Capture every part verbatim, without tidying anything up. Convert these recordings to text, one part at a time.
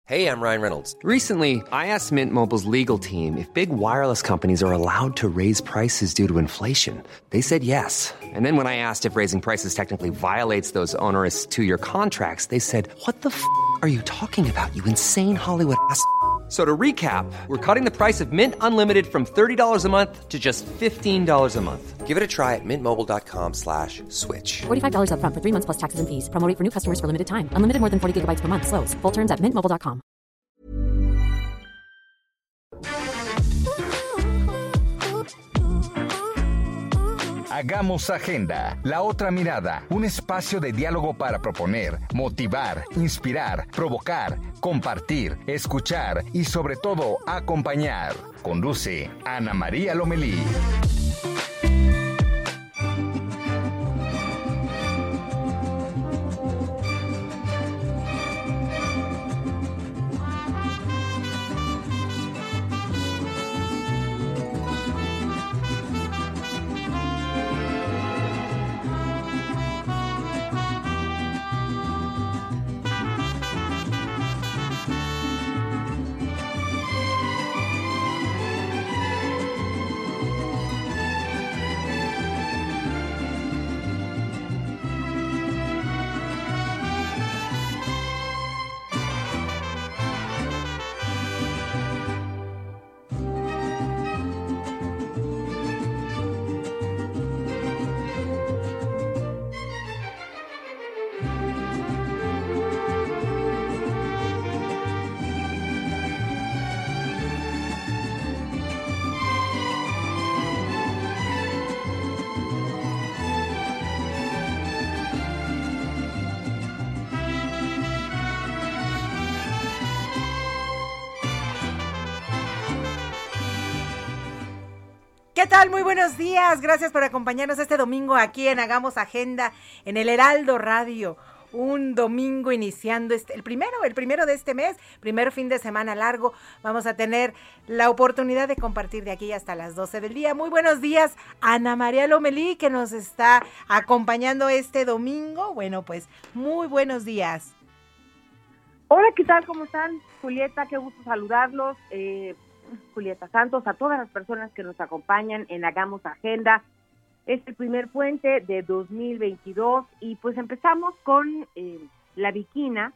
Hey, I'm Ryan Reynolds. Recently, I asked Mint Mobile's legal team if big wireless companies are allowed to raise prices due to inflation. They said yes. And then when I asked if raising prices technically violates those onerous two-year contracts, they said, "What the f*** are you talking about, you insane Hollywood ass?" So to recap, we're cutting the price of Mint Unlimited from thirty dollars a month to just fifteen dollars a month. Give it a try at mintmobile.com slash switch. forty-five dollars up front for three months plus taxes and fees. Promo rate for new customers for limited time. Unlimited more than forty gigabytes per month. Slows full terms at mint mobile dot com. Hagamos Agenda, la otra mirada, un espacio de diálogo para proponer, motivar, inspirar, provocar, compartir, escuchar y sobre todo acompañar. Conduce Ana María Lomelí. ¿Qué tal? Muy buenos días. Gracias por acompañarnos este domingo aquí en Hagamos Agenda en el Heraldo Radio. Un domingo iniciando este, el primero, el primero de este mes, primer fin de semana largo. Vamos a tener la oportunidad de compartir de aquí hasta las doce del día. Muy buenos días, Ana María Lomelí, que nos está acompañando este domingo. Bueno, pues muy buenos días. Hola, ¿qué tal? ¿Cómo están? Julieta, qué gusto saludarlos. Eh, Julieta Santos, a todas las personas que nos acompañan en Hagamos Agenda. Es el primer puente de dos mil veintidós y pues empezamos con eh, La Bikina,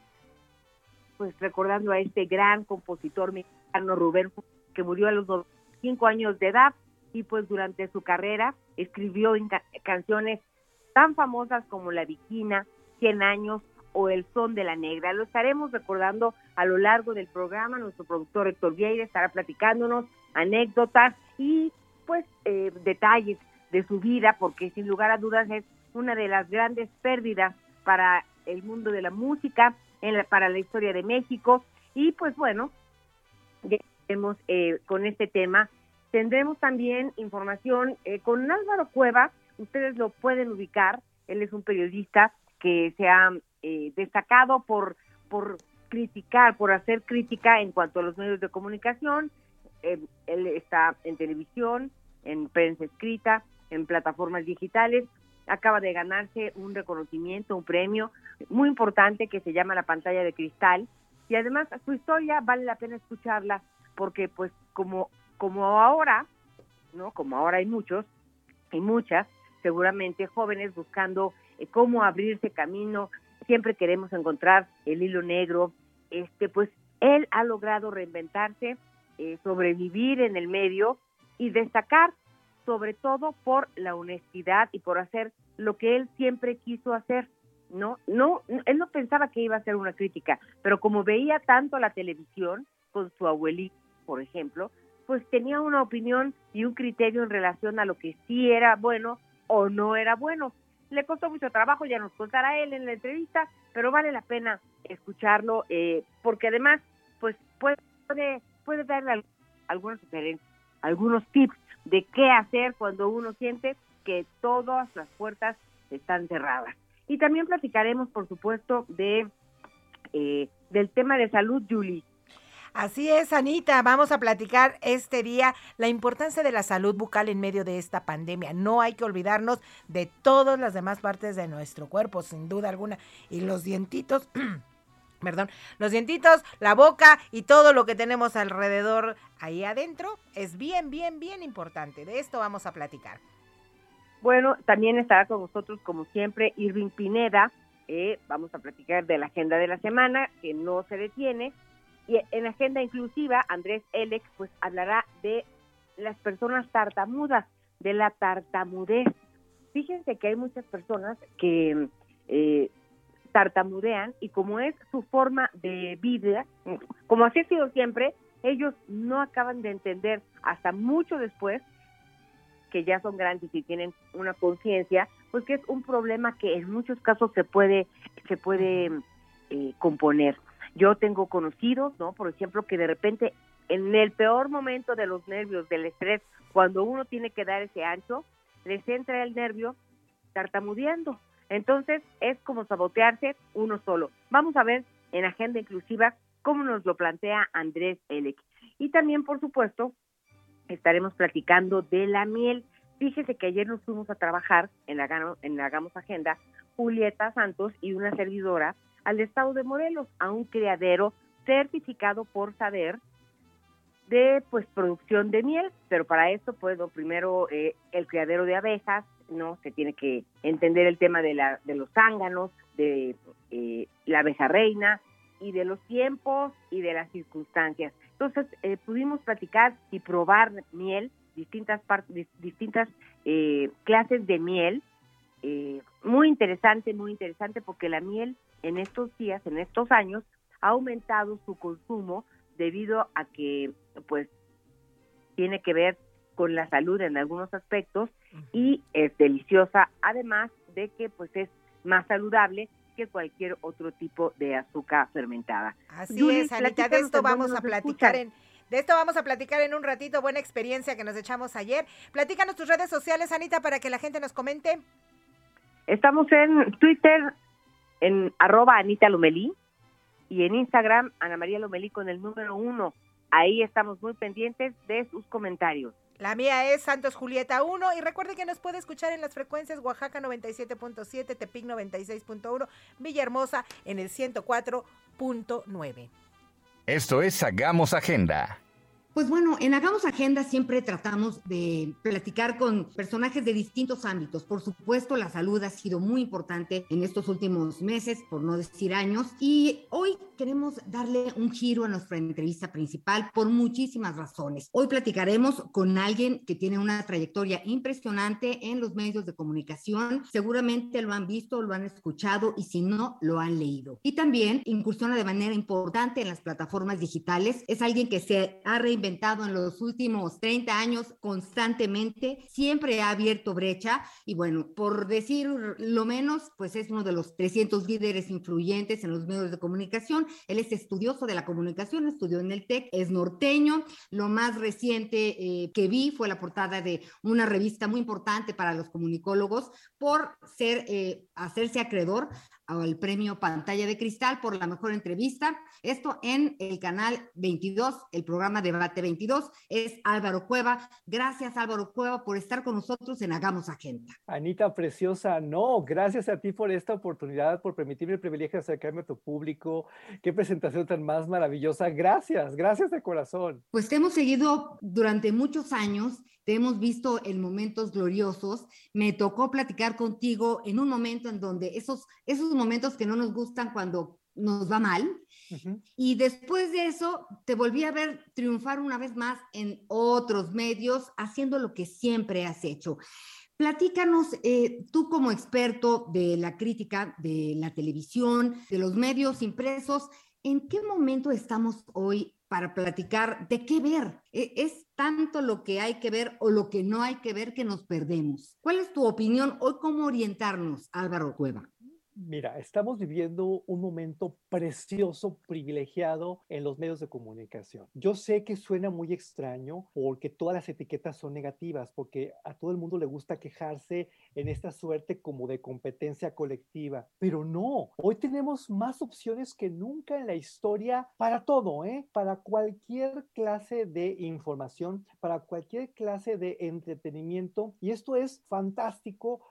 pues recordando a este gran compositor mexicano Rubén, que murió a los noventa y cinco años de edad y pues durante su carrera escribió ca- canciones tan famosas como La Bikina, cien años o El Son de la Negra. Lo estaremos recordando a lo largo del programa. Nuestro productor Héctor Vieira estará platicándonos anécdotas y pues eh, detalles de su vida, porque sin lugar a dudas es una de las grandes pérdidas para el mundo de la música, en la, para la historia de México. Y pues bueno, ya tenemos eh, con este tema. Tendremos también información eh, con Álvaro Cueva. Ustedes lo pueden ubicar. Él es un periodista que se ha eh, destacado por, por criticar, por hacer crítica en cuanto a los medios de comunicación. Eh, él está en televisión, en prensa escrita, en plataformas digitales. Acaba de ganarse un reconocimiento, un premio muy importante que se llama La Pantalla de Cristal. Y además su historia vale la pena escucharla porque pues como, como ahora, ¿no? Como ahora hay muchos y muchas, seguramente jóvenes buscando eh, cómo abrirse camino, siempre queremos encontrar el hilo negro. Este, pues él ha logrado reinventarse, eh, sobrevivir en el medio y destacar sobre todo por la honestidad y por hacer lo que él siempre quiso hacer, ¿no? No, él no pensaba que iba a hacer una crítica, pero como veía tanto la televisión con su abuelito, por ejemplo, pues tenía una opinión y un criterio en relación a lo que sí era bueno o no era bueno. Le costó mucho trabajo, ya nos contará él en la entrevista, pero vale la pena escucharlo, eh, porque además, pues puede, puede darle algunas sugerencias, algunos tips de qué hacer cuando uno siente que todas las puertas están cerradas. Y también platicaremos, por supuesto, de eh, del tema de salud, Julie. Así es, Anita, vamos a platicar este día la importancia de la salud bucal en medio de esta pandemia. No hay que olvidarnos de todas las demás partes de nuestro cuerpo, sin duda alguna, y los dientitos perdón, los dientitos, la boca y todo lo que tenemos alrededor ahí adentro es bien, bien, bien importante. De esto vamos a platicar. Bueno, también estará con nosotros, como siempre, Irving Pineda. Eh, vamos a platicar de la agenda de la semana, que no se detiene. Y en la agenda inclusiva, Andrés Elex pues hablará de las personas tartamudas, de la tartamudez. Fíjense que hay muchas personas que eh, tartamudean y como es su forma de vida, como así ha sido siempre, ellos no acaban de entender hasta mucho después, que ya son grandes y tienen una conciencia, pues que es un problema que en muchos casos se puede se puede eh, componer. Yo tengo conocidos, ¿no? Por ejemplo, que de repente en el peor momento de los nervios, del estrés, cuando uno tiene que dar ese ancho, les entra el nervio tartamudeando. Entonces es como sabotearse uno solo. Vamos a ver en Agenda Inclusiva cómo nos lo plantea Andrés Elex. Y también, por supuesto, estaremos platicando de la miel. Fíjese que ayer nos fuimos a trabajar en la, en la Hagamos Agenda, Julieta Santos y una servidora, al estado de Morelos, a un criadero certificado por Saber de pues producción de miel, pero para esto pues lo primero eh, el criadero de abejas, no se tiene que entender el tema de la de los zánganos, de eh, la abeja reina y de los tiempos y de las circunstancias. Entonces eh, pudimos platicar y probar miel, distintas partes, distintas eh, clases de miel, eh, muy interesante, muy interesante porque la miel en estos días, en estos años, ha aumentado su consumo debido a que pues tiene que ver con la salud en algunos aspectos y es deliciosa, además de que pues es más saludable que cualquier otro tipo de azúcar fermentada. Así Yuli, es, Anita, de esto vamos a platicar escuchan. en de esto vamos a platicar en un ratito, buena experiencia que nos echamos ayer. Platícanos tus redes sociales, Anita, para que la gente nos comente. Estamos en Twitter, en arroba Anita Lomelí, y en Instagram, Ana María Lomelí con el número uno. Ahí estamos muy pendientes de sus comentarios. La mía es Santos Julieta uno y recuerde que nos puede escuchar en las frecuencias Oaxaca noventa y siete punto siete, Tepic noventa y seis punto uno, Villahermosa en el ciento cuatro punto nueve. Esto es Hagamos Agenda. Pues bueno, en Hagamos Agenda siempre tratamos de platicar con personajes de distintos ámbitos. Por supuesto, la salud ha sido muy importante en estos últimos meses, por no decir años, y hoy queremos darle un giro a nuestra entrevista principal por muchísimas razones. Hoy platicaremos con alguien que tiene una trayectoria impresionante en los medios de comunicación. Seguramente lo han visto, lo han escuchado y si no, lo han leído. Y también incursiona de manera importante en las plataformas digitales. Es alguien que se ha reinventado en los últimos treinta años constantemente, siempre ha abierto brecha y bueno, por decir lo menos, pues es uno de los trescientos líderes influyentes en los medios de comunicación. Él es estudioso de la comunicación, estudió en el TEC, es norteño. Lo más reciente eh, que vi fue la portada de una revista muy importante para los comunicólogos por ser, eh, hacerse acreedor al premio Pantalla de Cristal por la mejor entrevista. Esto en el canal veintidós, el programa Debate veintidós, es Álvaro Cueva. Gracias, Álvaro Cueva, por estar con nosotros en Hagamos Agenda. Anita preciosa, no, gracias a ti por esta oportunidad, por permitirme el privilegio de acercarme a tu público. Qué presentación tan más maravillosa. Gracias, gracias de corazón. Pues te hemos seguido durante muchos años, te hemos visto en momentos gloriosos. Me tocó platicar contigo en un momento en donde esos, esos momentos que no nos gustan cuando nos va mal, uh-huh. Y después de eso te volví a ver triunfar una vez más en otros medios, haciendo lo que siempre has hecho. Platícanos, eh, tú como experto de la crítica, de la televisión, de los medios impresos, ¿en qué momento estamos hoy para platicar de qué ver? ¿Es tanto lo que hay que ver o lo que no hay que ver que nos perdemos? ¿Cuál es tu opinión hoy? ¿Cómo orientarnos, Álvaro Cueva? Mira, estamos viviendo un momento precioso, privilegiado en los medios de comunicación. Yo sé que suena muy extraño porque todas las etiquetas son negativas, porque a todo el mundo le gusta quejarse en esta suerte como de competencia colectiva, pero no, hoy tenemos más opciones que nunca en la historia para todo, ¿eh? Para cualquier clase de información, para cualquier clase de entretenimiento, y esto es fantástico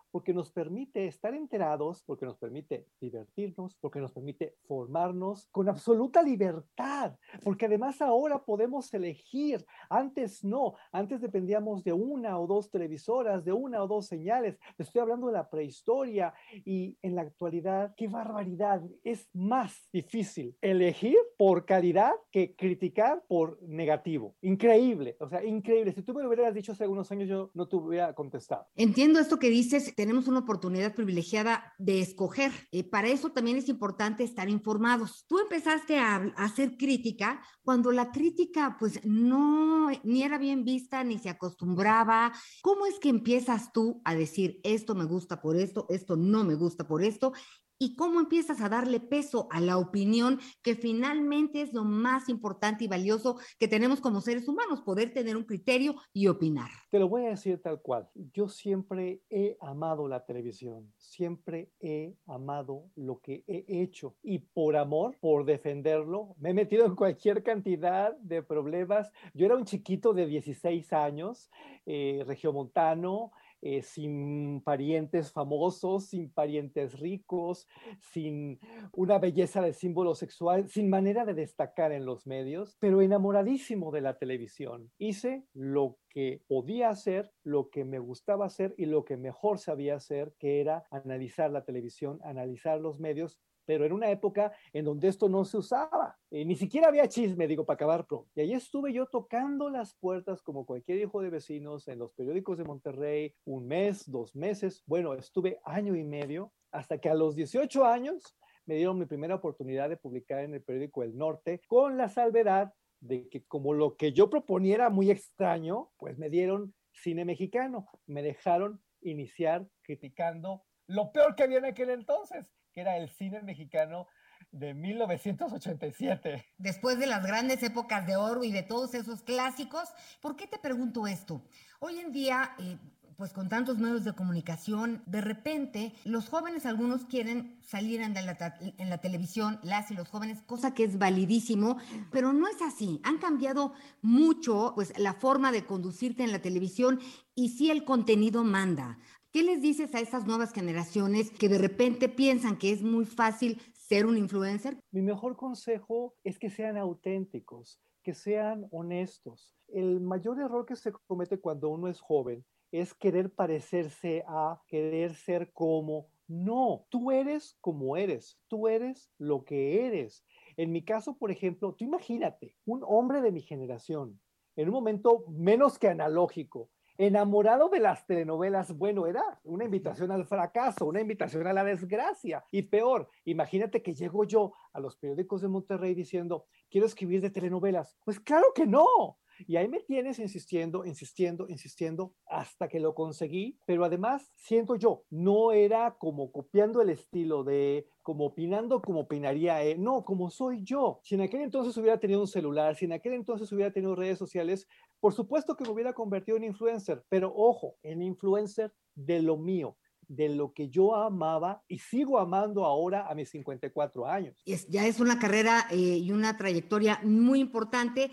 porque nos permite estar enterados, porque nos permite divertirnos, porque nos permite formarnos con absoluta libertad, porque además ahora podemos elegir. Antes no, antes dependíamos de una o dos televisoras, de una o dos señales. Estoy hablando de la prehistoria y en la actualidad, qué barbaridad, es más difícil elegir por calidad que criticar por negativo. Increíble, o sea, increíble. Si tú me lo hubieras dicho hace algunos años, yo no te hubiera contestado. Entiendo esto que dices, tenemos una oportunidad privilegiada de escoger. Eh, para eso también es importante estar informados. Tú empezaste a, a hacer crítica cuando la crítica pues no, ni era bien vista, ni se acostumbraba. ¿Cómo es que empiezas tú a decir esto me gusta por esto, esto no me gusta por esto? ¿Y cómo empiezas a darle peso a la opinión, que finalmente es lo más importante y valioso que tenemos como seres humanos, poder tener un criterio y opinar? Te lo voy a decir tal cual. Yo siempre he amado la televisión, siempre he amado lo que he hecho y por amor, por defenderlo, me he metido en cualquier cantidad de problemas. Yo era un chiquito de dieciséis años, eh, regiomontano, Eh, sin parientes famosos, sin parientes ricos, sin una belleza de símbolo sexual, sin manera de destacar en los medios, pero enamoradísimo de la televisión. Hice lo que podía hacer, lo que me gustaba hacer y lo que mejor sabía hacer, que era analizar la televisión, analizar los medios, pero en una época en donde esto no se usaba. Eh, ni siquiera había chisme, digo, para acabar pronto. Y ahí estuve yo tocando las puertas como cualquier hijo de vecinos en los periódicos de Monterrey, un mes, dos meses. Bueno, estuve año y medio, hasta que a los dieciocho años me dieron mi primera oportunidad de publicar en el periódico El Norte, con la salvedad de que como lo que yo proponía era muy extraño, pues me dieron cine mexicano. Me dejaron iniciar criticando lo peor que había en aquel entonces, que era el cine mexicano de mil novecientos ochenta y siete. Después de las grandes épocas de oro y de todos esos clásicos, ¿por qué te pregunto esto? Hoy en día, eh, pues con tantos medios de comunicación, de repente los jóvenes, algunos quieren salir en la, en la televisión, las y los jóvenes, cosa que es validísimo, pero no es así. Han cambiado mucho pues la forma de conducirte en la televisión y sí el contenido manda. ¿Qué les dices a estas nuevas generaciones que de repente piensan que es muy fácil ser un influencer? Mi mejor consejo es que sean auténticos, que sean honestos. El mayor error que se comete cuando uno es joven es querer parecerse a, querer ser como. No, tú eres como eres, tú eres lo que eres. En mi caso, por ejemplo, tú imagínate, un hombre de mi generación, en un momento menos que analógico, enamorado de las telenovelas, bueno, era una invitación al fracaso, una invitación a la desgracia. Y peor, imagínate que llego yo a los periódicos de Monterrey diciendo, quiero escribir de telenovelas. Pues claro que no. Y ahí me tienes insistiendo, insistiendo, insistiendo, hasta que lo conseguí. Pero además, siento yo, no era como copiando el estilo de, como opinando como opinaría él. No, como soy yo. Si en aquel entonces hubiera tenido un celular, si en aquel entonces hubiera tenido redes sociales, por supuesto que me hubiera convertido en influencer. Pero ojo, en influencer de lo mío, de lo que yo amaba y sigo amando ahora a mis cincuenta y cuatro años. Es, ya es una carrera eh, y una trayectoria muy importante.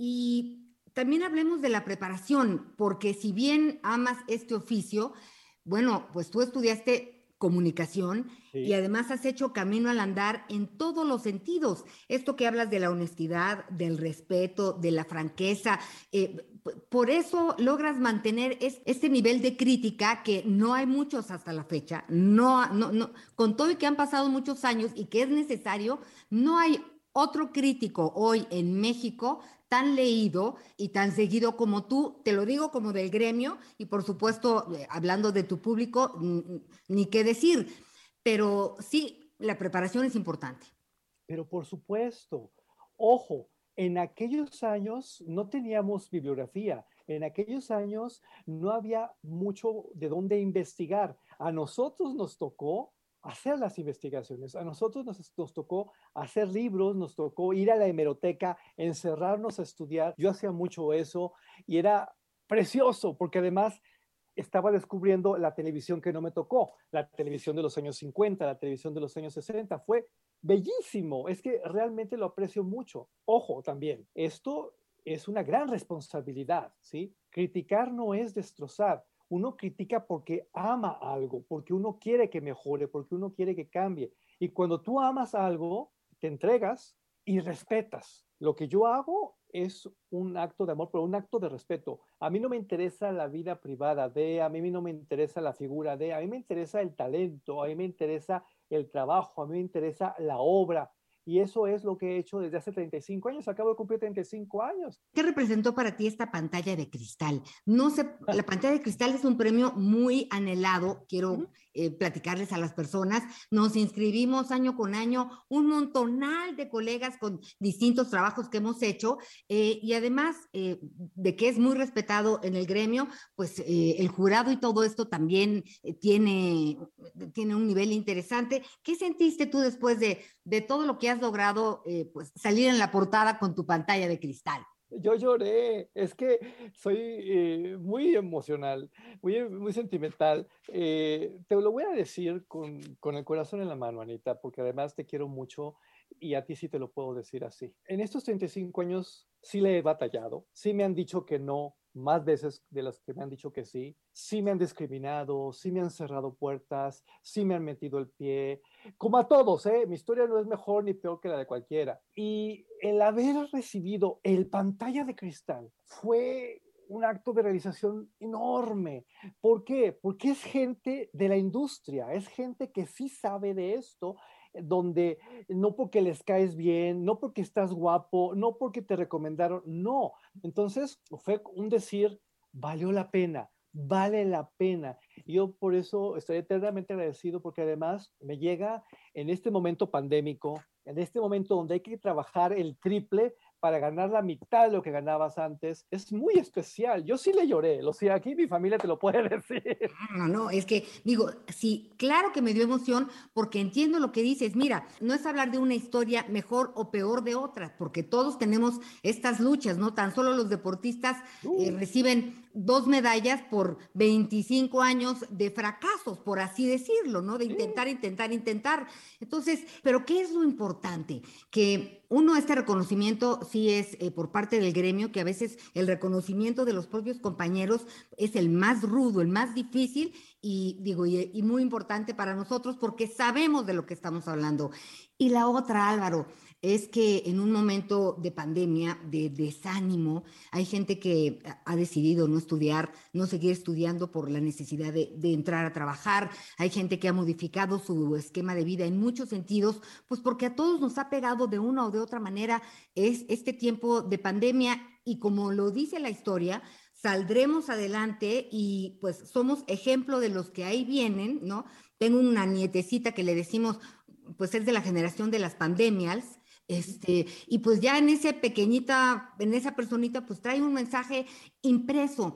Y también hablemos de la preparación, porque si bien amas este oficio, bueno, pues tú estudiaste comunicación sí. Y además has hecho camino al andar en todos los sentidos. Esto que hablas de la honestidad, del respeto, de la franqueza, eh, por eso logras mantener es, este nivel de crítica que no hay muchos hasta la fecha. No, no, no, con todo y que han pasado muchos años y que es necesario, no hay otro crítico hoy en México tan leído y tan seguido como tú, te lo digo como del gremio y por supuesto, eh, hablando de tu público, ni qué decir, pero sí, la preparación es importante. Pero por supuesto, ojo, en aquellos años no teníamos bibliografía, en aquellos años no había mucho de dónde investigar. A nosotros nos tocó hacer las investigaciones. A nosotros nos, nos tocó hacer libros, nos tocó ir a la hemeroteca, encerrarnos a estudiar. Yo hacía mucho eso y era precioso porque además estaba descubriendo la televisión que no me tocó, la televisión de los años cincuenta, la televisión de los años sesenta. Fue bellísimo, es que realmente lo aprecio mucho. Ojo también, esto es una gran responsabilidad, ¿sí? Criticar no es destrozar. Uno critica porque ama algo, porque uno quiere que mejore, porque uno quiere que cambie. Y cuando tú amas algo, te entregas y respetas. Lo que yo hago es un acto de amor, pero un acto de respeto. A mí no me interesa la vida privada de, a mí no me interesa la figura de, a mí me interesa el talento, a mí me interesa el trabajo, a mí me interesa la obra. Y eso es lo que he hecho desde hace treinta y cinco años. Acabo de cumplir treinta y cinco años. ¿Qué representó para ti esta pantalla de cristal? No sé, la pantalla de cristal es un premio muy anhelado. Quiero uh-huh. eh, platicarles a las personas. Nos inscribimos año con año, un montonal de colegas con distintos trabajos que hemos hecho. Eh, y además eh, de que es muy respetado en el gremio, pues eh, el jurado y todo esto también eh, tiene, tiene un nivel interesante. ¿Qué sentiste tú después de, de todo lo que has logrado eh, pues, salir en la portada con tu pantalla de cristal? Yo lloré, es que soy eh, muy emocional, muy, muy sentimental. Eh, te lo voy a decir con, con el corazón en la mano, Anita, porque además te quiero mucho y a ti sí te lo puedo decir así. En estos treinta y cinco años sí le he batallado, sí me han dicho que no, más veces de las que me han dicho que sí, sí me han discriminado, sí me han cerrado puertas, sí me han metido el pie, como a todos, ¿eh? Mi historia no es mejor ni peor que la de cualquiera. Y el haber recibido el pantalla de cristal fue un acto de realización enorme. ¿Por qué? Porque es gente de la industria, es gente que sí sabe de esto, donde no porque les caes bien, no porque estás guapo, no porque te recomendaron, no. Entonces fue un decir, valió la pena, vale la pena. Yo por eso estoy eternamente agradecido, porque además me llega en este momento pandémico, en este momento donde hay que trabajar el triple para ganar la mitad de lo que ganabas antes, es muy especial. Yo sí le lloré, lo sé, aquí mi familia te lo puede decir. No, no, es que digo, sí, claro que me dio emoción porque entiendo lo que dices. Mira, no es hablar de una historia mejor o peor de otras, porque todos tenemos estas luchas, ¿no? Tan solo los deportistas uh. eh, reciben dos medallas por veinticinco años de fracasos, por así decirlo, ¿no? De intentar, intentar, intentar. Entonces, ¿pero qué es lo importante? Que uno, este reconocimiento sí es eh, por parte del gremio, que a veces el reconocimiento de los propios compañeros es el más rudo, el más difícil y digo, y, y muy importante para nosotros porque sabemos de lo que estamos hablando. Y la otra, Álvaro, es que en un momento de pandemia, de desánimo, hay gente que ha decidido no estudiar, no seguir estudiando por la necesidad de, de entrar a trabajar. Hay gente que ha modificado su esquema de vida en muchos sentidos, pues porque a todos nos ha pegado de una o de otra manera es este tiempo de pandemia y como lo dice la historia, saldremos adelante y pues somos ejemplo de los que ahí vienen, ¿no? Tengo una nietecita que le decimos, pues es de la generación de las pandemias, este, y pues ya en esa pequeñita, en esa personita, pues trae un mensaje impreso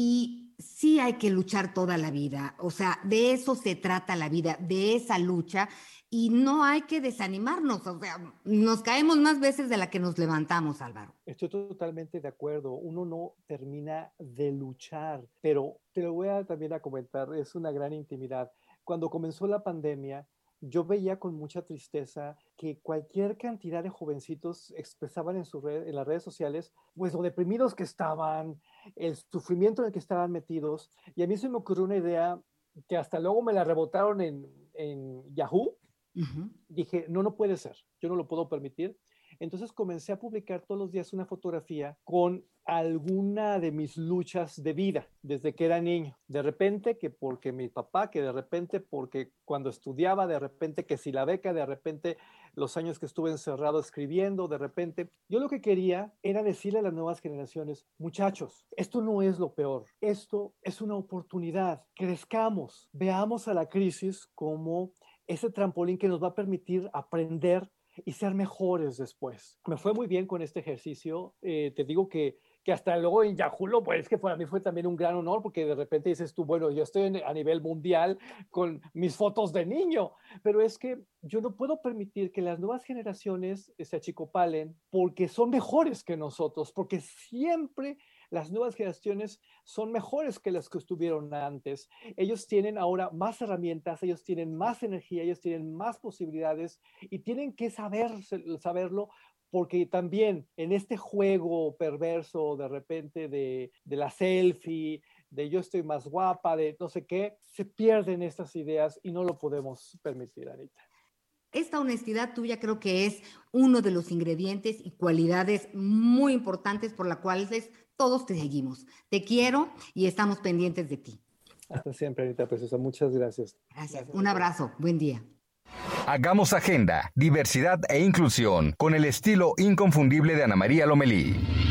y sí hay que luchar toda la vida, o sea, de eso se trata la vida, de esa lucha y no hay que desanimarnos, o sea, nos caemos más veces de la que nos levantamos, Álvaro. Estoy totalmente de acuerdo, uno no termina de luchar, pero te lo voy a también a comentar, es una gran intimidad. Cuando comenzó la pandemia, yo veía con mucha tristeza que cualquier cantidad de jovencitos expresaban en, su red, en las redes sociales, pues lo deprimidos que estaban, el sufrimiento en el que estaban metidos, y a mí se me ocurrió una idea que hasta luego me la rebotaron en, en Yahoo. Uh-huh. Dije, no, no puede ser, yo no lo puedo permitir. Entonces comencé a publicar todos los días una fotografía con alguna de mis luchas de vida desde que era niño. De repente que porque mi papá, que de repente porque cuando estudiaba, de repente que si la beca, de repente los años que estuve encerrado escribiendo, de repente. Yo lo que quería era decirle a las nuevas generaciones, muchachos, esto no es lo peor, esto es una oportunidad, crezcamos, veamos a la crisis como ese trampolín que nos va a permitir aprender y ser mejores después. Me fue muy bien con este ejercicio. Eh, te digo que, que hasta luego en Yahoo, pues que para mí fue también un gran honor porque de repente dices tú, bueno, yo estoy en, a nivel mundial con mis fotos de niño, pero es que yo no puedo permitir que las nuevas generaciones se achicopalen porque son mejores que nosotros, porque siempre las nuevas generaciones son mejores que las que estuvieron antes. Ellos tienen ahora más herramientas, ellos tienen más energía, ellos tienen más posibilidades y tienen que saber, saberlo porque también en este juego perverso de repente de, de la selfie, de yo estoy más guapa, de no sé qué, se pierden estas ideas y no lo podemos permitir, Anita. Esta honestidad tuya creo que es uno de los ingredientes y cualidades muy importantes por las cuales todos te seguimos. Te quiero y estamos pendientes de ti. Hasta siempre, Anita Preciosa. Muchas gracias. Gracias. gracias. Un abrazo. Buen día. Hagamos agenda, diversidad e inclusión con el estilo inconfundible de Ana María Lomelí.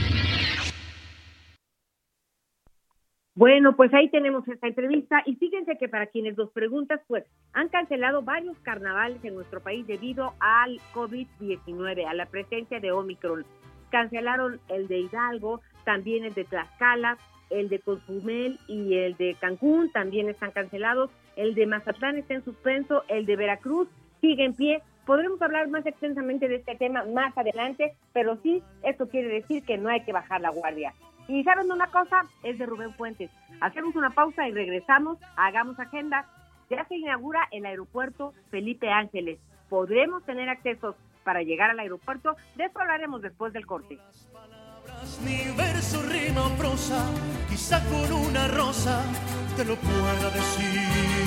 Bueno, pues ahí tenemos esta entrevista y fíjense que para quienes nos preguntan, pues han cancelado varios carnavales en nuestro país debido al COVID diecinueve, a la presencia de Omicron. Cancelaron el de Hidalgo, también el de Tlaxcala, el de Cozumel y el de Cancún también están cancelados. El de Mazatlán está en suspenso, el de Veracruz sigue en pie. Podremos hablar más extensamente de este tema más adelante, pero sí, esto quiere decir que no hay que bajar la guardia. Y ¿saben una cosa? Es de Rubén Fuentes. Hacemos una pausa y regresamos, hagamos agenda. Ya se inaugura el aeropuerto Felipe Ángeles. ¿Podremos tener accesos para llegar al aeropuerto? De eso hablaremos después del corte. Ni verso, rima o prosa, quizá con una rosa te lo pueda decir.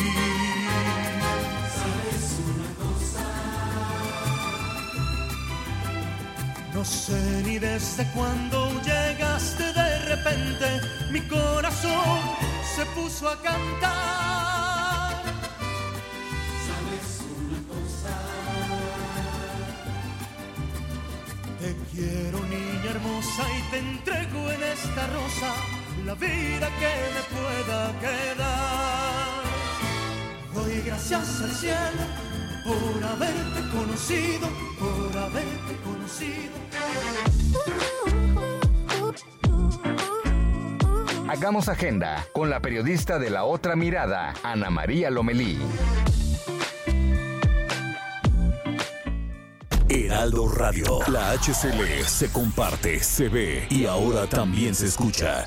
¿Sabes una cosa? No sé ni desde cuándo llegaste de repente, mi corazón se puso a cantar. ¿Sabes una cosa? Te quiero, niña hermosa, y te entrego en esta rosa la vida que me pueda quedar. Doy gracias al cielo por haberte conocido, por haberte conocido. Hagamos agenda con la periodista de La Otra Mirada, Ana María Lomelí. Heraldo Radio, la H C L se comparte, se ve y ahora también se escucha.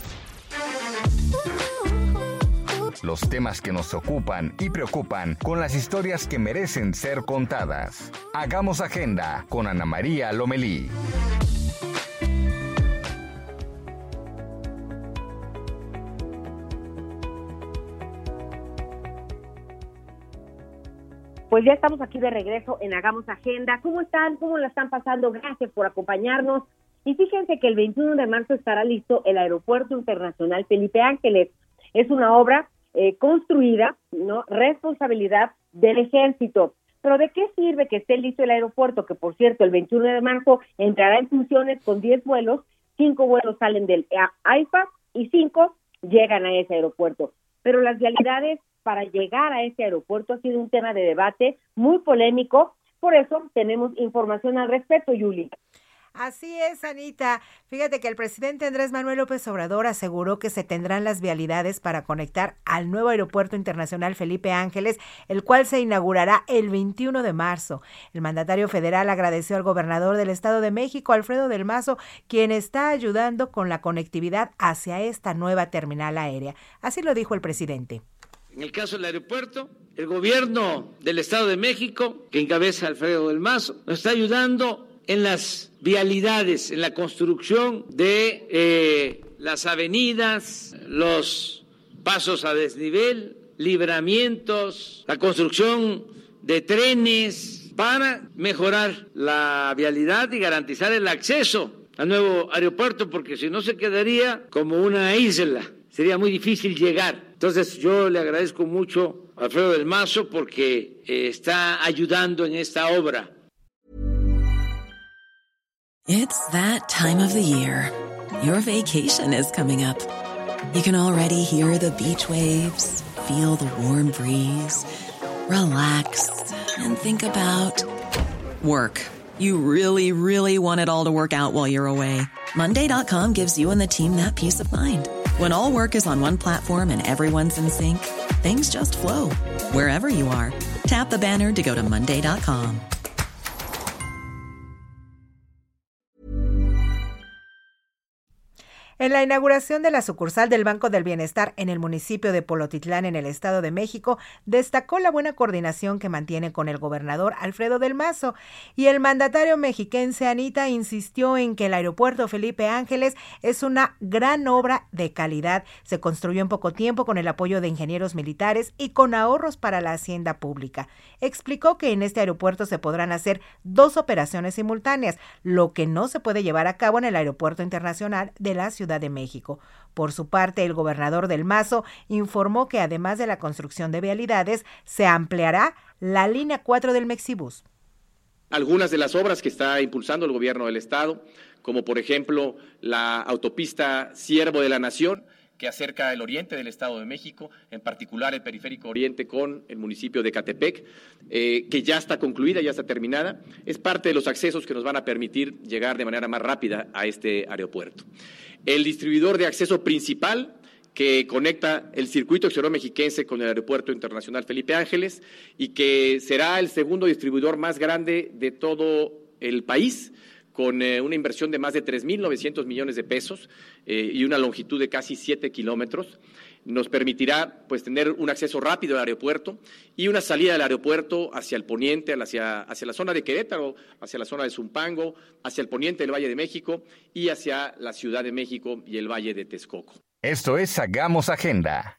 Los temas que nos ocupan y preocupan con las historias que merecen ser contadas. Hagamos agenda con Ana María Lomelí. Pues ya estamos aquí de regreso en Hagamos Agenda. ¿Cómo están? ¿Cómo la están pasando? Gracias por acompañarnos. Y fíjense que el veintiuno de marzo estará listo el Aeropuerto Internacional Felipe Ángeles. Es una obra eh, construida, ¿no? Responsabilidad del Ejército. Pero ¿de qué sirve que esté listo el aeropuerto? Que, por cierto, el veintiuno de marzo entrará en funciones con diez vuelos. Cinco vuelos salen del AIFA y cinco llegan a ese aeropuerto. Pero las vialidades para llegar a este aeropuerto ha sido un tema de debate muy polémico, por eso tenemos información al respecto, Yuli. Así es, Anita. Fíjate que el presidente Andrés Manuel López Obrador aseguró que se tendrán las vialidades para conectar al nuevo Aeropuerto Internacional Felipe Ángeles, el cual se inaugurará el veintiuno de marzo. El mandatario federal agradeció al gobernador del Estado de México, Alfredo del Mazo, quien está ayudando con la conectividad hacia esta nueva terminal aérea. Así lo dijo el presidente. En el caso del aeropuerto, el gobierno del Estado de México, que encabeza Alfredo del Mazo, nos está ayudando en las vialidades, en la construcción de eh, las avenidas, los pasos a desnivel, libramientos, la construcción de trenes para mejorar la vialidad y garantizar el acceso al nuevo aeropuerto, porque si no se quedaría como una isla, sería muy difícil llegar. Entonces yo le agradezco mucho a Alfredo del Mazo porque eh, está ayudando en esta obra. It's that time of the year. Your vacation is coming up. You can already hear the beach waves, feel the warm breeze, relax, and think about work. You really, really want it all to work out while you're away. Monday dot com gives you and the team that peace of mind. When all work is on one platform and everyone's in sync, things just flow. Wherever you are, tap the banner to go to Monday dot com. En la inauguración de la sucursal del Banco del Bienestar en el municipio de Polotitlán, en el Estado de México, destacó la buena coordinación que mantiene con el gobernador Alfredo del Mazo, y el mandatario mexiquense Anita insistió en que el aeropuerto Felipe Ángeles es una gran obra de calidad. Se construyó en poco tiempo con el apoyo de ingenieros militares y con ahorros para la hacienda pública. Explicó que en este aeropuerto se podrán hacer dos operaciones simultáneas, lo que no se puede llevar a cabo en el Aeropuerto Internacional de la Ciudad de México. Por su parte, el gobernador del Mazo informó que además de la construcción de vialidades, se ampliará la línea cuatro del Mexibus. Algunas de las obras que está impulsando el gobierno del estado, como por ejemplo la autopista Siervo de la Nación, que acerca el oriente del Estado de México, en particular el periférico oriente con el municipio de Ecatepec, eh, que ya está concluida, ya está terminada, es parte de los accesos que nos van a permitir llegar de manera más rápida a este aeropuerto. El distribuidor de acceso principal que conecta el circuito exterior mexiquense con el Aeropuerto Internacional Felipe Ángeles y que será el segundo distribuidor más grande de todo el país, con eh, una inversión de más de tres mil novecientos millones de pesos eh, y una longitud de casi siete kilómetros, nos permitirá pues tener un acceso rápido al aeropuerto y una salida del aeropuerto hacia el poniente, hacia, hacia la zona de Querétaro, hacia la zona de Zumpango, hacia el poniente del Valle de México y hacia la Ciudad de México y el Valle de Texcoco. Esto es Hagamos Agenda.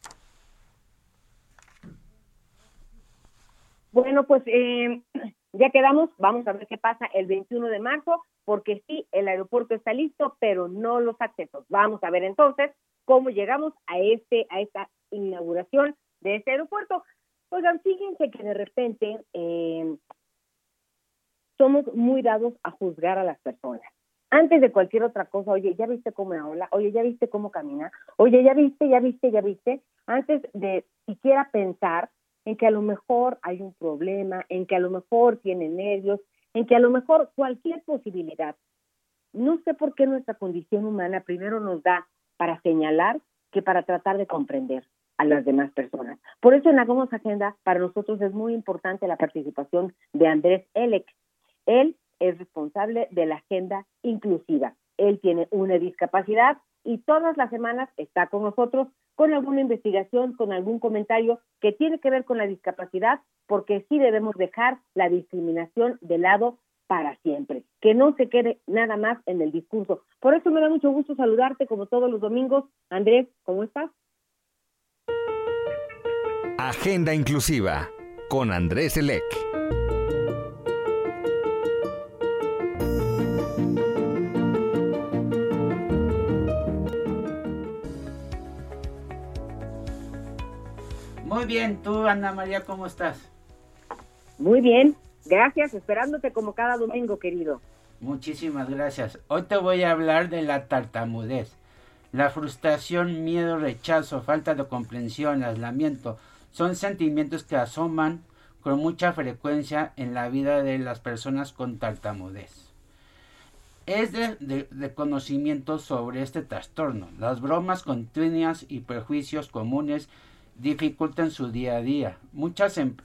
Bueno, pues eh, ya quedamos, vamos a ver qué pasa el veintiuno de marzo, porque sí, el aeropuerto está listo, pero no los accesos. Vamos a ver entonces cómo llegamos a este a esta inauguración de este aeropuerto. Oigan, fíjense que de repente eh, somos muy dados a juzgar a las personas. Antes de cualquier otra cosa, oye, ¿ya viste cómo habla? Oye, ¿ya viste cómo camina? Oye, ¿ya viste, ya viste, ya viste? Antes de siquiera pensar en que a lo mejor hay un problema, en que a lo mejor tiene nervios, en que a lo mejor cualquier posibilidad. No sé por qué nuestra condición humana primero nos da para señalar que para tratar de comprender a las demás personas. Por eso en Hagamos Agenda, para nosotros es muy importante la participación de Andrés Elec. Él es responsable de la agenda inclusiva. Él tiene una discapacidad y todas las semanas está con nosotros con alguna investigación, con algún comentario que tiene que ver con la discapacidad, porque sí debemos dejar la discriminación de lado para siempre, que no se quede nada más en el discurso. Por eso me da mucho gusto saludarte como todos los domingos. Andrés, ¿cómo estás? Agenda Inclusiva con Andrés Elec. Muy bien, tú, Ana María, ¿cómo estás? Muy bien, gracias, esperándote como cada domingo, querido. Muchísimas gracias. Hoy te voy a hablar de la tartamudez. La frustración, miedo, rechazo, falta de comprensión, aislamiento, son sentimientos que asoman con mucha frecuencia en la vida de las personas con tartamudez. Es de, de, de conocimiento sobre este trastorno. Las bromas continuas y prejuicios comunes dificultan su día a día. Muchas, em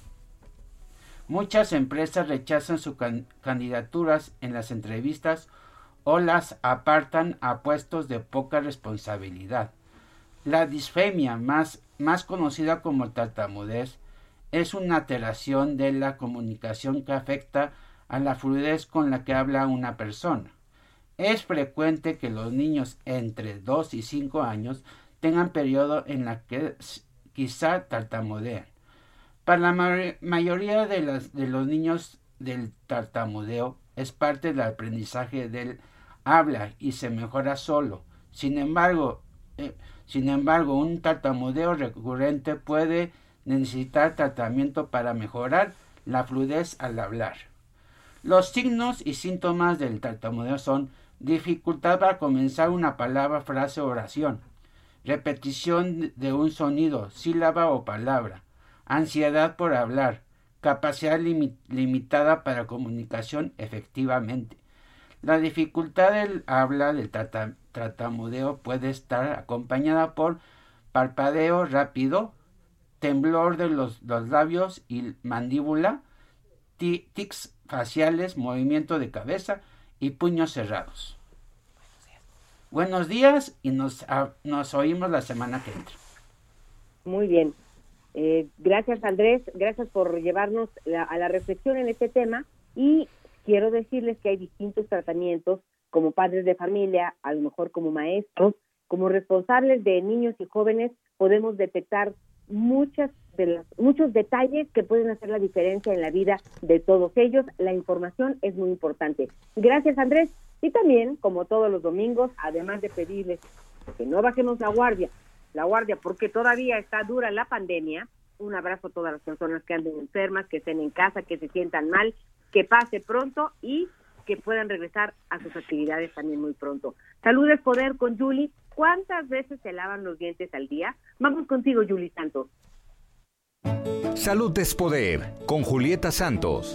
muchas empresas rechazan sus can candidaturas en las entrevistas o las apartan a puestos de poca responsabilidad. La disfemia, más, más conocida como tartamudez, es una alteración de la comunicación que afecta a la fluidez con la que habla una persona. Es frecuente que los niños entre dos y cinco años tengan periodo en la que quizá tartamudean. Para la ma mayoría de, las, de los niños del tartamudeo es parte del aprendizaje del habla y se mejora solo. Sin embargo, eh, sin embargo, un tartamudeo recurrente puede necesitar tratamiento para mejorar la fluidez al hablar. Los signos y síntomas del tartamudeo son dificultad para comenzar una palabra, frase o oración, repetición de un sonido, sílaba o palabra, ansiedad por hablar, capacidad lim limitada para comunicación efectivamente. La dificultad del habla del tartamudeo puede estar acompañada por parpadeo rápido, temblor de los, los labios y mandíbula, tics faciales, movimiento de cabeza y puños cerrados. Buenos días y nos, a, nos oímos la semana que entra. Muy bien. Eh, gracias, Andrés. Gracias por llevarnos la, a la reflexión en este tema. Y quiero decirles que hay distintos tratamientos como padres de familia, a lo mejor como maestros, como responsables de niños y jóvenes, podemos detectar muchas de las, muchos detalles que pueden hacer la diferencia en la vida de todos ellos. La información es muy importante. Gracias, Andrés. Y también, como todos los domingos, además de pedirles que no bajemos la guardia, la guardia porque todavía está dura la pandemia, un abrazo a todas las personas que anden enfermas, que estén en casa, que se sientan mal, que pase pronto y que puedan regresar a sus actividades también muy pronto. Salud es poder con Julie. ¿Cuántas veces se lavan los dientes al día? Vamos contigo, Julie Santos. Salud es poder con Julieta Santos.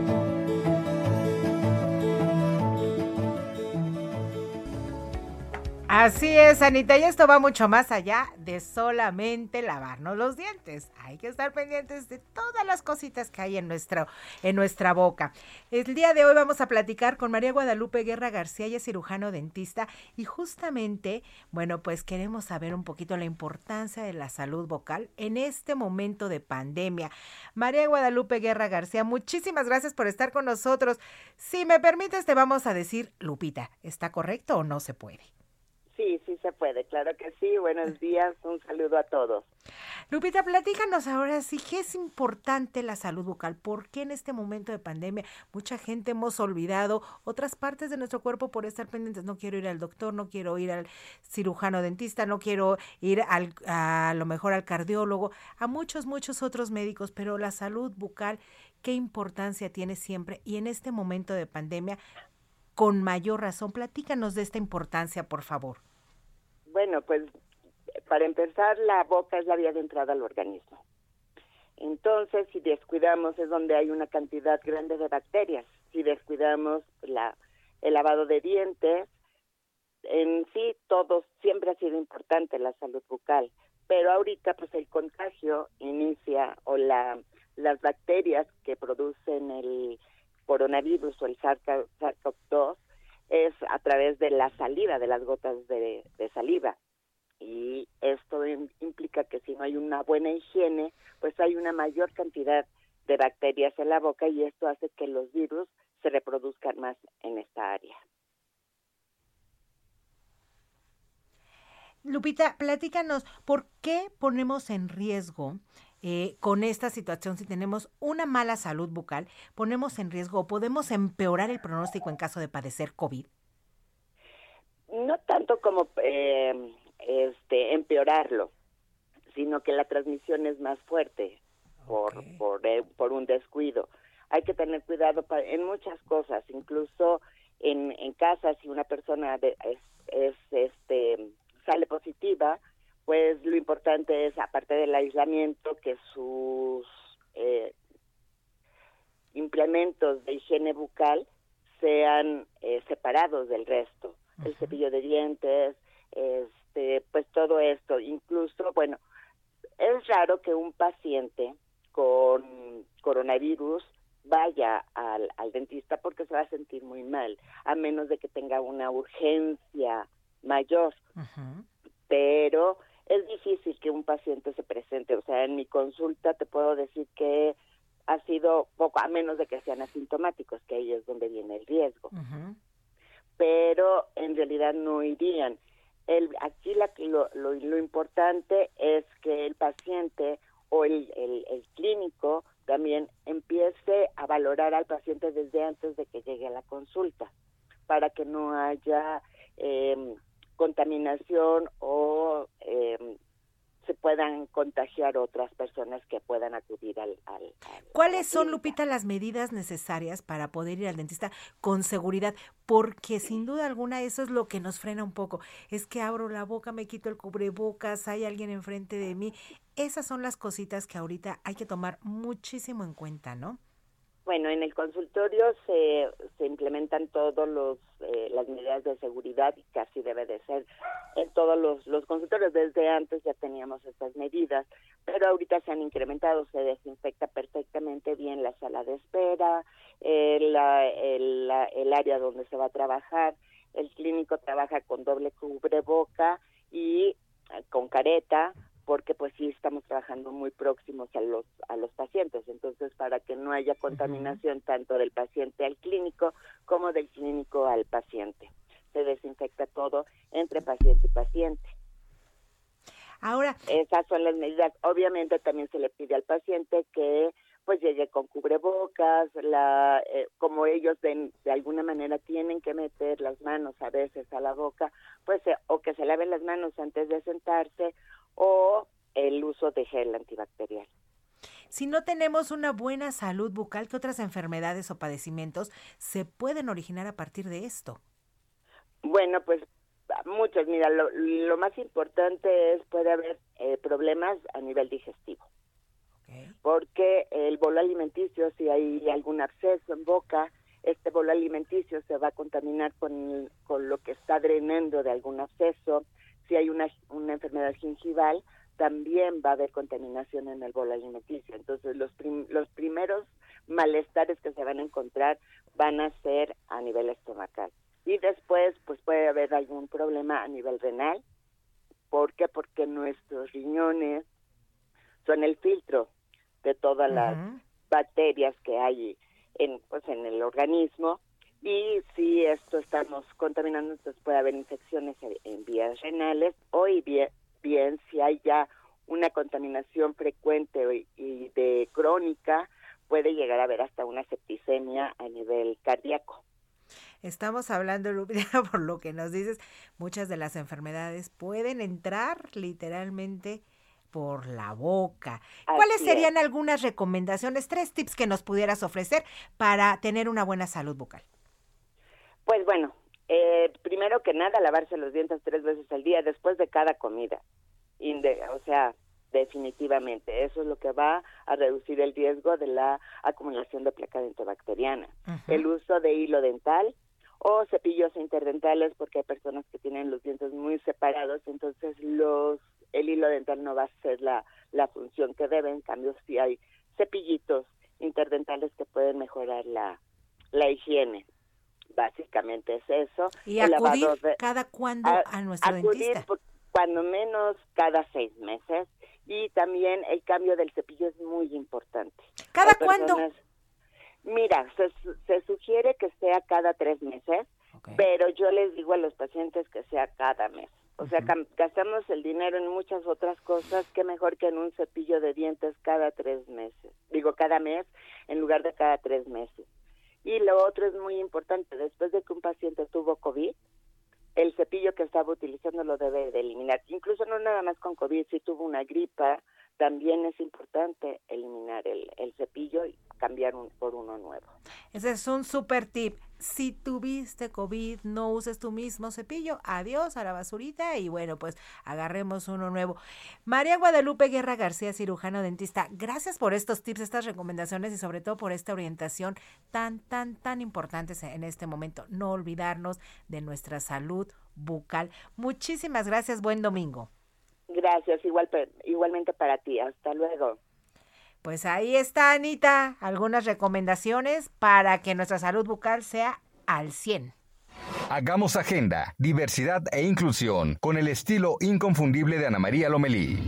Así es, Anita, y esto va mucho más allá de solamente lavarnos los dientes. Hay que estar pendientes de todas las cositas que hay en, nuestro, en nuestra boca. El día de hoy vamos a platicar con María Guadalupe Guerra García, ella es cirujano dentista, y justamente, bueno, pues queremos saber un poquito la importancia de la salud vocal en este momento de pandemia. María Guadalupe Guerra García, muchísimas gracias por estar con nosotros. Si me permites, te vamos a decir, Lupita, ¿está correcto o no se puede? Sí, sí se puede, claro que sí. Buenos días, un saludo a todos. Lupita, platícanos ahora sí, ¿qué es importante la salud bucal? ¿Por qué en este momento de pandemia mucha gente hemos olvidado otras partes de nuestro cuerpo por estar pendientes? No quiero ir al doctor, no quiero ir al cirujano dentista, no quiero ir al, a lo mejor al cardiólogo, a muchos, muchos otros médicos, pero la salud bucal, ¿qué importancia tiene siempre? Y en este momento de pandemia, con mayor razón, platícanos de esta importancia, por favor. Bueno, pues para empezar, la boca es la vía de entrada al organismo. Entonces, si descuidamos, es donde hay una cantidad grande de bacterias. Si descuidamos la, el lavado de dientes, en sí, todo siempre ha sido importante la salud bucal. Pero ahorita, pues el contagio inicia, o la las bacterias que producen el coronavirus o el SARS-CoV dos, es a través de la saliva, de las gotas de, de saliva. Y esto implica que si no hay una buena higiene, pues hay una mayor cantidad de bacterias en la boca y esto hace que los virus se reproduzcan más en esta área. Lupita, platícanos, ¿por qué ponemos en riesgo eh, con esta situación, si tenemos una mala salud bucal, ponemos en riesgo o podemos empeorar el pronóstico en caso de padecer COVID? No tanto como eh, este empeorarlo, sino que la transmisión es más fuerte por okay. por, eh, por un descuido. Hay que tener cuidado para, en muchas cosas, incluso en, en casa, si una persona de, es, es este sale positiva, pues lo importante es, aparte del aislamiento, que sus eh, implementos de higiene bucal sean eh, separados del resto. Uh-huh. El cepillo de dientes, este, pues todo esto. Incluso, bueno, es raro que un paciente con coronavirus vaya al, al dentista porque se va a sentir muy mal, a menos de que tenga una urgencia mayor. Uh-huh. Pero es difícil que un paciente se presente, o sea, en mi consulta te puedo decir que ha sido poco, a menos de que sean asintomáticos, que ahí es donde viene el riesgo. Uh-huh. Pero en realidad no irían. El, aquí la, lo, lo, lo importante es que el paciente o el, el, el clínico también empiece a valorar al paciente desde antes de que llegue a la consulta, para que no haya eh, contaminación o eh, se puedan contagiar otras personas que puedan acudir al... al, al ¿Cuáles son, Lupita, las medidas necesarias para poder ir al dentista con seguridad? Porque sin duda alguna eso es lo que nos frena un poco. Es que abro la boca, me quito el cubrebocas, hay alguien enfrente de mí. Esas son las cositas que ahorita hay que tomar muchísimo en cuenta, ¿no? Bueno, en el consultorio se, se implementan todos los eh, las medidas de seguridad y casi debe de ser en todos los, los consultorios. Desde antes ya teníamos estas medidas, pero ahorita se han incrementado. Se desinfecta perfectamente bien la sala de espera, el, la, el, la, el área donde se va a trabajar. El clínico clínico trabaja con doble cubreboca y eh, con careta, porque pues sí estamos trabajando muy próximos a los a los pacientes, entonces para que no haya contaminación uh-huh. tanto del paciente al clínico como del clínico al paciente. Se desinfecta todo entre paciente y paciente. Ahora, esas son las medidas. Obviamente también se le pide al paciente que pues llegue con cubrebocas, la eh, como ellos de, de alguna manera tienen que meter las manos a veces a la boca, pues eh, o que se laven las manos antes de sentarse, o el uso de gel antibacterial. Si no tenemos una buena salud bucal, ¿qué otras enfermedades o padecimientos se pueden originar a partir de esto? Bueno, pues muchos. Mira, lo, lo más importante es puede haber eh, problemas a nivel digestivo. Okay. Porque el bolo alimenticio, si hay algún absceso en boca, este bolo alimenticio se va a contaminar con, con lo que está drenando de algún absceso. Si hay una, una enfermedad gingival, también va a haber contaminación en el bolo alimenticio. Entonces, los, prim, los primeros malestares que se van a encontrar van a ser a nivel estomacal. Y después, pues puede haber algún problema a nivel renal. ¿Por qué? Porque nuestros riñones son el filtro de todas uh-huh. las bacterias que hay en, pues, en el organismo. Y si esto estamos contaminando, entonces puede haber infecciones en, en vías renales, o y bien, bien si hay ya una contaminación frecuente y, y de crónica, puede llegar a haber hasta una septicemia a nivel cardíaco. Estamos hablando, Lupita, por lo que nos dices, muchas de las enfermedades pueden entrar literalmente por la boca. ¿Cuáles Así serían es. algunas recomendaciones, tres tips que nos pudieras ofrecer para tener una buena salud bucal? Pues bueno, eh, primero que nada, lavarse los dientes tres veces al día después de cada comida. Inde- o sea, definitivamente, eso es lo que va a reducir el riesgo de la acumulación de placa dentobacteriana. Uh-huh. El uso de hilo dental o cepillos interdentales, porque hay personas que tienen los dientes muy separados, entonces los el hilo dental no va a hacer la, la función que debe. En cambio, sí hay cepillitos interdentales que pueden mejorar la, la higiene. Básicamente es eso. ¿Y el acudir de, cada cuándo a, a nuestro acudir dentista? Por, cuando menos cada seis meses. Y también el cambio del cepillo es muy importante. ¿Cada cuándo? Mira, se, se sugiere que sea cada tres meses, okay. pero yo les digo a los pacientes que sea cada mes. O uh-huh. sea, gastamos el dinero en muchas otras cosas, que mejor que en un cepillo de dientes cada tres meses. Digo, cada mes en lugar de cada tres meses. Y lo otro es muy importante, después de que un paciente tuvo COVID, el cepillo que estaba utilizando lo debe de eliminar. Incluso no nada más con COVID, si tuvo una gripa, también es importante eliminar el, el cepillo y cambiar un, por uno nuevo. Ese es un súper tip. Si tuviste COVID, no uses tu mismo cepillo. Adiós a la basurita y bueno, pues agarremos uno nuevo. María Guadalupe Guerra García, cirujano dentista, gracias por estos tips, estas recomendaciones y sobre todo por esta orientación tan, tan, tan importantes en este momento. No olvidarnos de nuestra salud bucal. Muchísimas gracias. Buen domingo. Gracias, igual, igualmente para ti. Hasta luego. Pues ahí está, Anita, algunas recomendaciones para que nuestra salud bucal sea al cien. Hagamos agenda, diversidad e inclusión con el estilo inconfundible de Ana María Lomelí.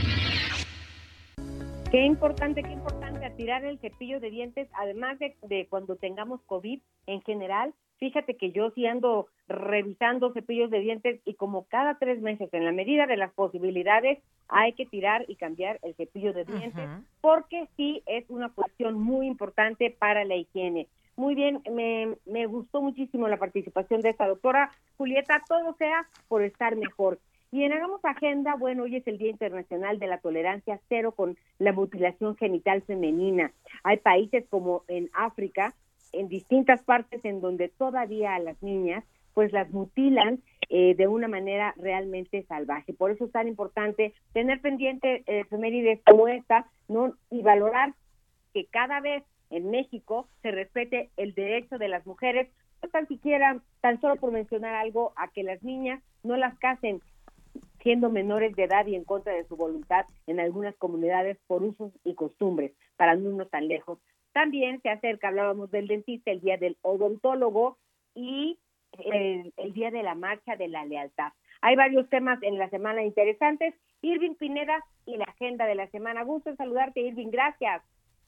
Qué importante, qué importante tirar el cepillo de dientes, además de, de cuando tengamos COVID en general. Fíjate que yo sí ando revisando cepillos de dientes y como cada tres meses, en la medida de las posibilidades, hay que tirar y cambiar el cepillo de dientes, uh-huh. porque sí es una cuestión muy importante para la higiene. Muy bien, me, me gustó muchísimo la participación de esta doctora Julieta, todo sea por estar mejor. Y en Hagamos Agenda, bueno, hoy es el Día Internacional de la Tolerancia Cero con la mutilación genital femenina. Hay países como en África, en distintas partes en donde todavía a las niñas pues las mutilan eh, de una manera realmente salvaje. Por eso es tan importante tener pendiente eh, efemérides como esta, ¿no? Y valorar que cada vez en México se respete el derecho de las mujeres, no tan siquiera, tan solo por mencionar algo, a que las niñas no las casen siendo menores de edad y en contra de su voluntad en algunas comunidades por usos y costumbres, para no irnos tan lejos. También se acerca, hablábamos del dentista, el día del odontólogo, y el, el día de la Marcha de la Lealtad. Hay varios temas en la semana interesantes. Irving Pineda y la agenda de la semana. Gusto en saludarte, Irving, gracias.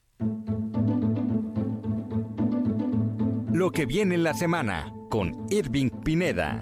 Lo que viene en la semana con Irving Pineda.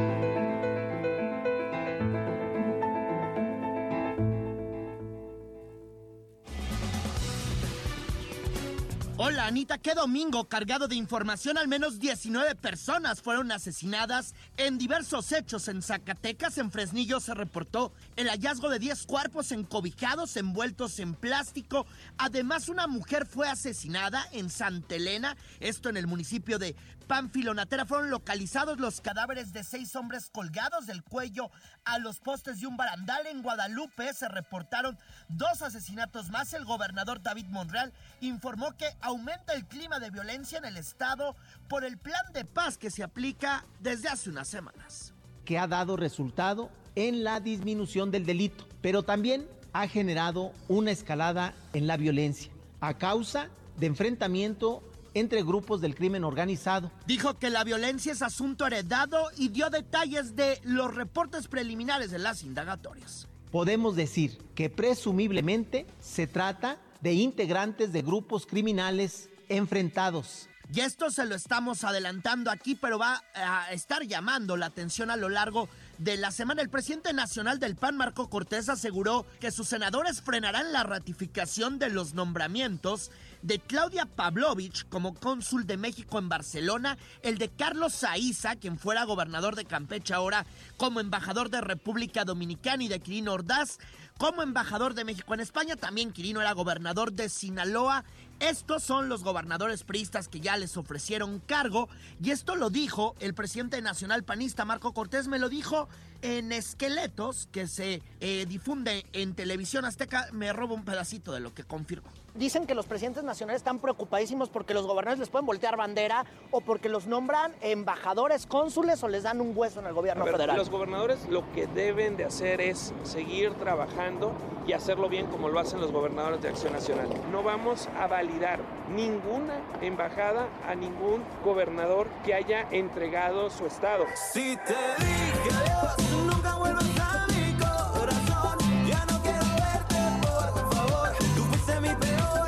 Hola, Anita, ¿qué domingo cargado de información? Al menos diecinueve personas fueron asesinadas en diversos hechos. En Zacatecas, en Fresnillo, se reportó el hallazgo de diez cuerpos encobijados, envueltos en plástico. Además, una mujer fue asesinada en Santa Elena, esto en el municipio de Pánfilo Natera. Fueron localizados los cadáveres de seis hombres colgados del cuello a los postes de un barandal. En Guadalupe se reportaron dos asesinatos más. El gobernador David Monreal informó que aumenta el clima de violencia en el estado por el plan de paz que se aplica desde hace unas semanas. Que ha dado resultado en la disminución del delito, pero también ha generado una escalada en la violencia a causa de enfrentamiento entre grupos del crimen organizado. Dijo que la violencia es asunto heredado y dio detalles de los reportes preliminares de las indagatorias. Podemos decir que presumiblemente se trata de integrantes de grupos criminales enfrentados. Y esto se lo estamos adelantando aquí, pero va a estar llamando la atención a lo largo de la semana. El presidente nacional del P A N, Marco Cortés, aseguró que sus senadores frenarán la ratificación de los nombramientos de Claudia Pavlovich como cónsul de México en Barcelona, el de Carlos Saiza, quien fuera gobernador de Campeche, ahora como embajador de República Dominicana, y de Quirino Ordaz como embajador de México en España. También Quirino era gobernador de Sinaloa. Estos son los gobernadores priistas que ya les ofrecieron cargo, y esto lo dijo el presidente nacional panista Marco Cortés. Me lo dijo en Esqueletos, que se eh, difunde en Televisión Azteca. Me robo un pedacito de lo que confirmo. Dicen que los presidentes nacionales están preocupadísimos porque los gobernadores les pueden voltear bandera o porque los nombran embajadores, cónsules o les dan un hueso en el gobierno A ver, federal. Los gobernadores lo que deben de hacer es seguir trabajando y hacerlo bien como lo hacen los gobernadores de Acción Nacional. No vamos a validar ninguna embajada a ningún gobernador que haya entregado su estado. Si te dije adiós, nunca vuelvas a mi corazón. Ya no quiero verte, por favor. Tú fuiste mi peor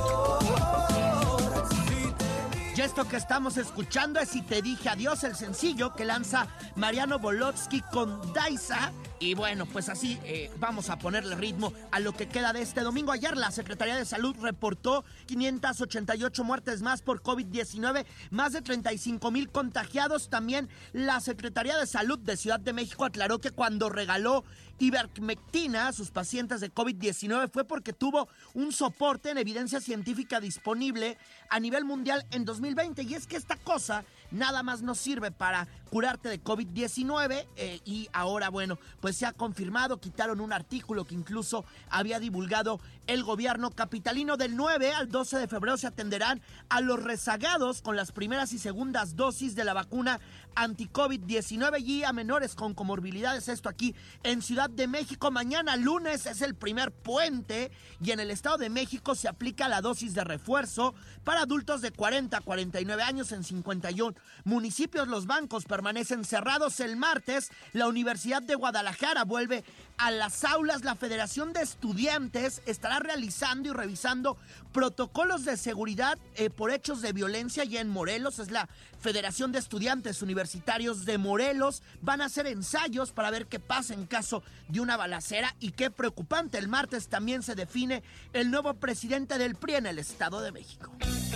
error. Si te... Y esto que estamos escuchando es Si te dije adiós, el sencillo que lanza Mariano Volotsky con Daisa. Y bueno, pues así eh, vamos a ponerle ritmo a lo que queda de este domingo. Ayer la Secretaría de Salud reportó quinientas ochenta y ocho muertes más por COVID diecinueve, más de treinta y cinco mil contagiados. También la Secretaría de Salud de Ciudad de México aclaró que cuando regaló ivermectina a sus pacientes de COVID diecinueve fue porque tuvo un soporte en evidencia científica disponible a nivel mundial en dos mil veinte. Y es que esta cosa nada más nos sirve para curarte de COVID diecinueve eh, y ahora, bueno, pues se ha confirmado. Quitaron un artículo que incluso había divulgado el gobierno capitalino. Del nueve al doce de febrero se atenderán a los rezagados con las primeras y segundas dosis de la vacuna anti-COVID diecinueve y a menores con comorbilidades. Esto aquí en Ciudad de México. Mañana lunes es el primer puente y en el Estado de México se aplica la dosis de refuerzo para adultos de cuarenta a cuarenta y nueve años en cincuenta y uno municipios. Los bancos permanecen cerrados. El martes la Universidad de Guadalajara vuelve a las aulas. La Federación de Estudiantes estará realizando y revisando protocolos de seguridad eh, por hechos de violencia ya en Morelos. Es la Federación de Estudiantes Universitarios de Morelos. Van a hacer ensayos para ver qué pasa en caso de una balacera. Y qué preocupante, el martes también se define el nuevo presidente del P R I en el Estado de México.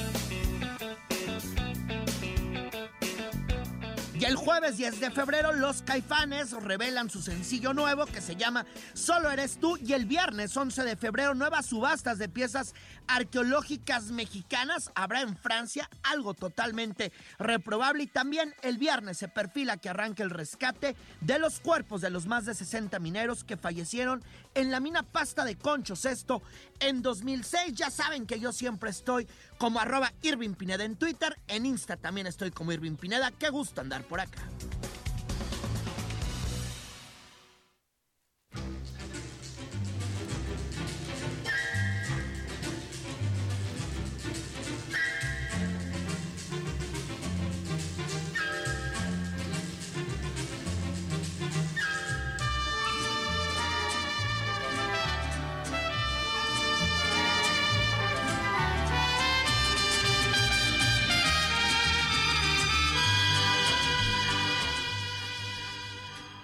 Y el jueves diez de febrero los Caifanes revelan su sencillo nuevo que se llama Solo Eres Tú. Y el viernes once de febrero nuevas subastas de piezas arqueológicas mexicanas habrá en Francia, algo totalmente reprobable. Y también el viernes se perfila que arranque el rescate de los cuerpos de los más de sesenta mineros que fallecieron en la mina Pasta de Conchos, esto en dos mil seis. Ya saben que yo siempre estoy como arroba Irving Pineda en Twitter, en Insta también estoy como Irving Pineda. Qué gusto andar por acá.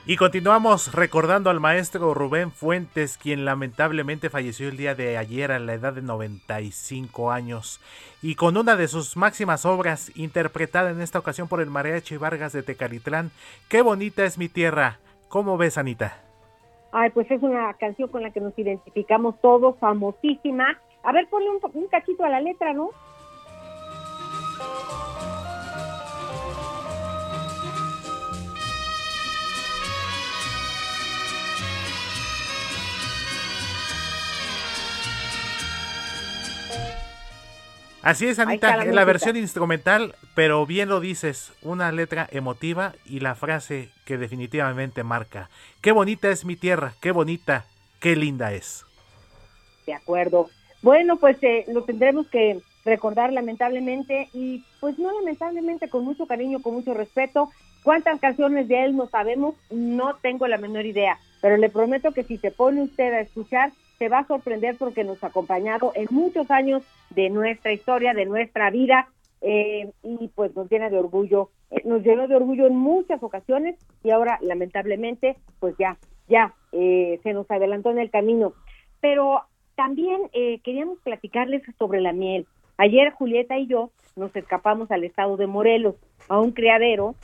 Y continuamos recordando al maestro Rubén Fuentes, quien lamentablemente falleció el día de ayer a la edad de noventa y cinco años. Y con una de sus máximas obras, interpretada en esta ocasión por el Mariachi Vargas de Tecalitlán, Qué bonita es mi tierra. ¿Cómo ves, Anita? Ay, pues es una canción con la que nos identificamos todos, famosísima. A ver, ponle un, un cachito a la letra, ¿no? Así es, Anita, la, la versión instrumental, pero bien lo dices, una letra emotiva y la frase que definitivamente marca. Qué bonita es mi tierra, qué bonita, qué linda es. De acuerdo. Bueno, pues eh, lo tendremos que recordar lamentablemente y pues no lamentablemente, con mucho cariño, con mucho respeto. ¿Cuántas canciones de él no sabemos? No tengo la menor idea, pero le prometo que si se pone usted a escuchar, se va a sorprender porque nos ha acompañado en muchos años de nuestra historia, de nuestra vida, eh, y pues nos llena de orgullo, eh, nos llenó de orgullo en muchas ocasiones y ahora lamentablemente pues ya, ya eh, se nos adelantó en el camino. Pero también eh, queríamos platicarles sobre la miel. Ayer Julieta y yo nos escapamos al estado de Morelos, a un criadero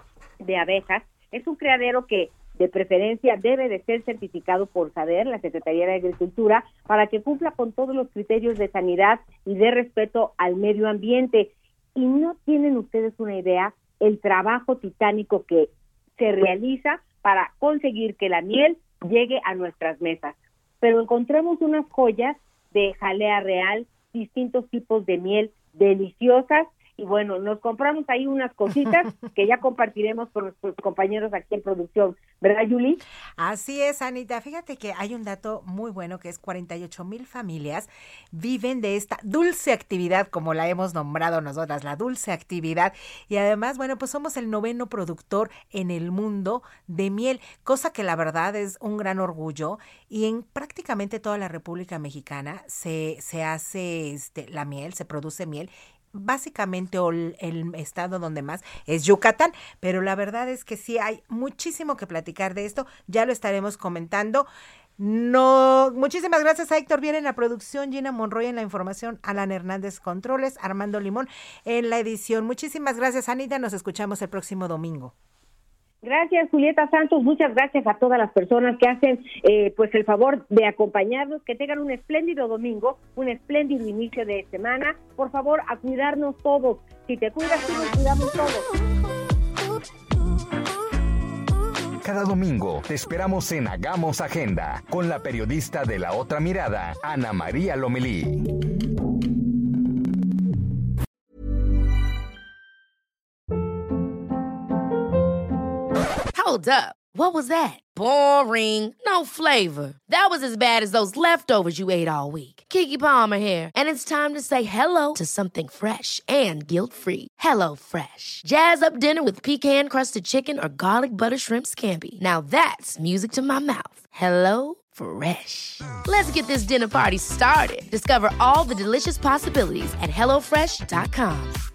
de abejas. Es un criadero que de preferencia debe de ser certificado por SADER, la Secretaría de Agricultura, para que cumpla con todos los criterios de sanidad y de respeto al medio ambiente. Y no tienen ustedes una idea el trabajo titánico que se realiza para conseguir que la miel llegue a nuestras mesas. Pero encontramos unas joyas de jalea real, distintos tipos de miel deliciosas, y bueno, nos compramos ahí unas cositas que ya compartiremos con nuestros compañeros aquí en producción, ¿verdad, Yuli? Así es, Anita. Fíjate que hay un dato muy bueno, que es cuarenta y ocho mil familias viven de esta dulce actividad, como la hemos nombrado nosotras, la dulce actividad. Y además, bueno, pues somos el noveno productor en el mundo de miel, cosa que la verdad es un gran orgullo. Y en prácticamente toda la República Mexicana se, se hace este, la miel, se produce miel. Básicamente el, el estado donde más es Yucatán, pero la verdad es que sí hay muchísimo que platicar de esto, ya lo estaremos comentando. No, muchísimas gracias a Héctor Viera en la producción, Gina Monroy en la información, Alan Hernández Controles, Armando Limón en la edición. Muchísimas gracias, Anita, nos escuchamos el próximo domingo. Gracias, Julieta Santos, muchas gracias a todas las personas que hacen eh, pues el favor de acompañarnos, que tengan un espléndido domingo, un espléndido inicio de semana. Por favor, a cuidarnos todos. Si te cuidas tú, nos cuidamos todos. Cada domingo te esperamos en Hagamos Agenda con la periodista de La Otra Mirada, Ana María Lomelí. Hold up. What was that? Boring. No flavor. That was as bad as those leftovers you ate all week. Keke Palmer here, and it's time to say hello to something fresh and guilt-free. Hello Fresh. Jazz up dinner with pecan-crusted chicken or garlic butter shrimp scampi. Now that's music to my mouth. Hello Fresh. Let's get this dinner party started. Discover all the delicious possibilities at hello fresh dot com.